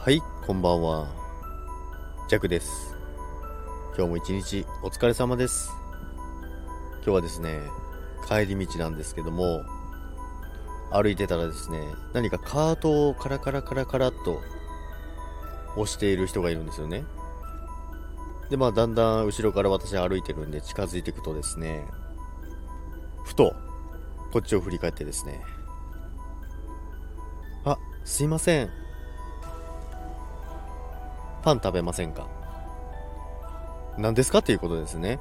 はい、こんばんは。ジャクです。今日も一日お疲れ様です。今日はですね、帰り道なんですけども、歩いてたらですね、何かカートをカラカラカラカラっと押している人がいるんですよね。で、だんだん後ろから私歩いてるんで近づいていくとですね、ふとこっちを振り返ってですね、あ、すいません、パン食べませんか？何ですかっていうことですね。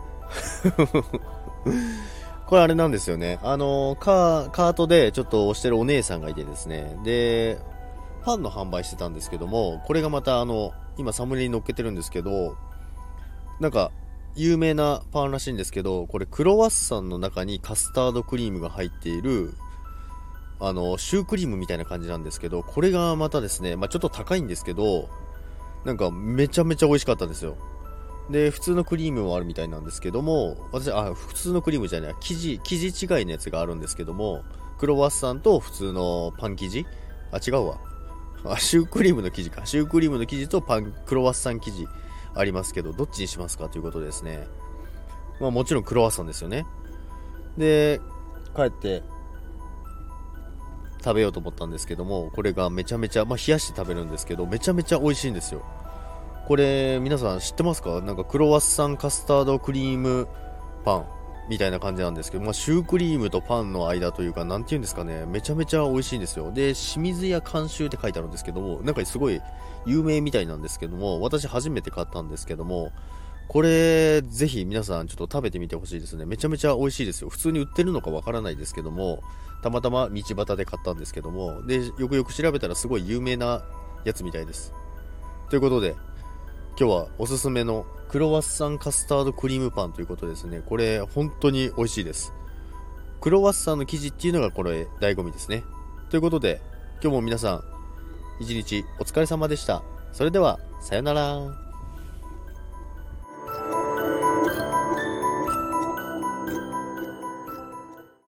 これあれなんですよね。カートでちょっと押してるお姉さんがいてですね。で、パンの販売してたんですけども、これがまた今サムネに乗っけてるんですけど、なんか、有名なパンらしいんですけど、これクロワッサンの中にカスタードクリームが入っている、シュークリームみたいな感じなんですけど、これがまたですね、ちょっと高いんですけど、なんかめちゃめちゃ美味しかったんですよ。で、普通のクリームもあるみたいなんですけども、普通のクリームじゃない、生地違いのやつがあるんですけども、クロワッサンと普通のパン生地違うわ。シュークリームの生地か。シュークリームの生地とクロワッサン生地ありますけど、どっちにしますかということでですね。もちろんクロワッサンですよね。で、帰って食べようと思ったんですけども、これがめちゃめちゃ、冷やして食べるんですけど、めちゃめちゃ美味しいんですよ。これ皆さん知ってますか？なんかクロワッサンカスタードクリームパンみたいな感じなんですけど、シュークリームとパンの間というか、なんていうんですかね、めちゃめちゃ美味しいんですよ。で、清水屋監修って書いてあるんですけども、なんかすごい有名みたいなんですけども、私初めて買ったんですけども、これぜひ皆さんちょっと食べてみてほしいですね。めちゃめちゃ美味しいですよ。普通に売ってるのかわからないですけども、たまたま道端で買ったんですけども、で、よくよく調べたらすごい有名なやつみたいです。ということで、今日はおすすめのクロワッサンカスタードクリームパンということですね。これ本当に美味しいです。クロワッサンの生地っていうのがこれ醍醐味ですね。ということで今日も皆さん一日お疲れ様でした。それではさよなら。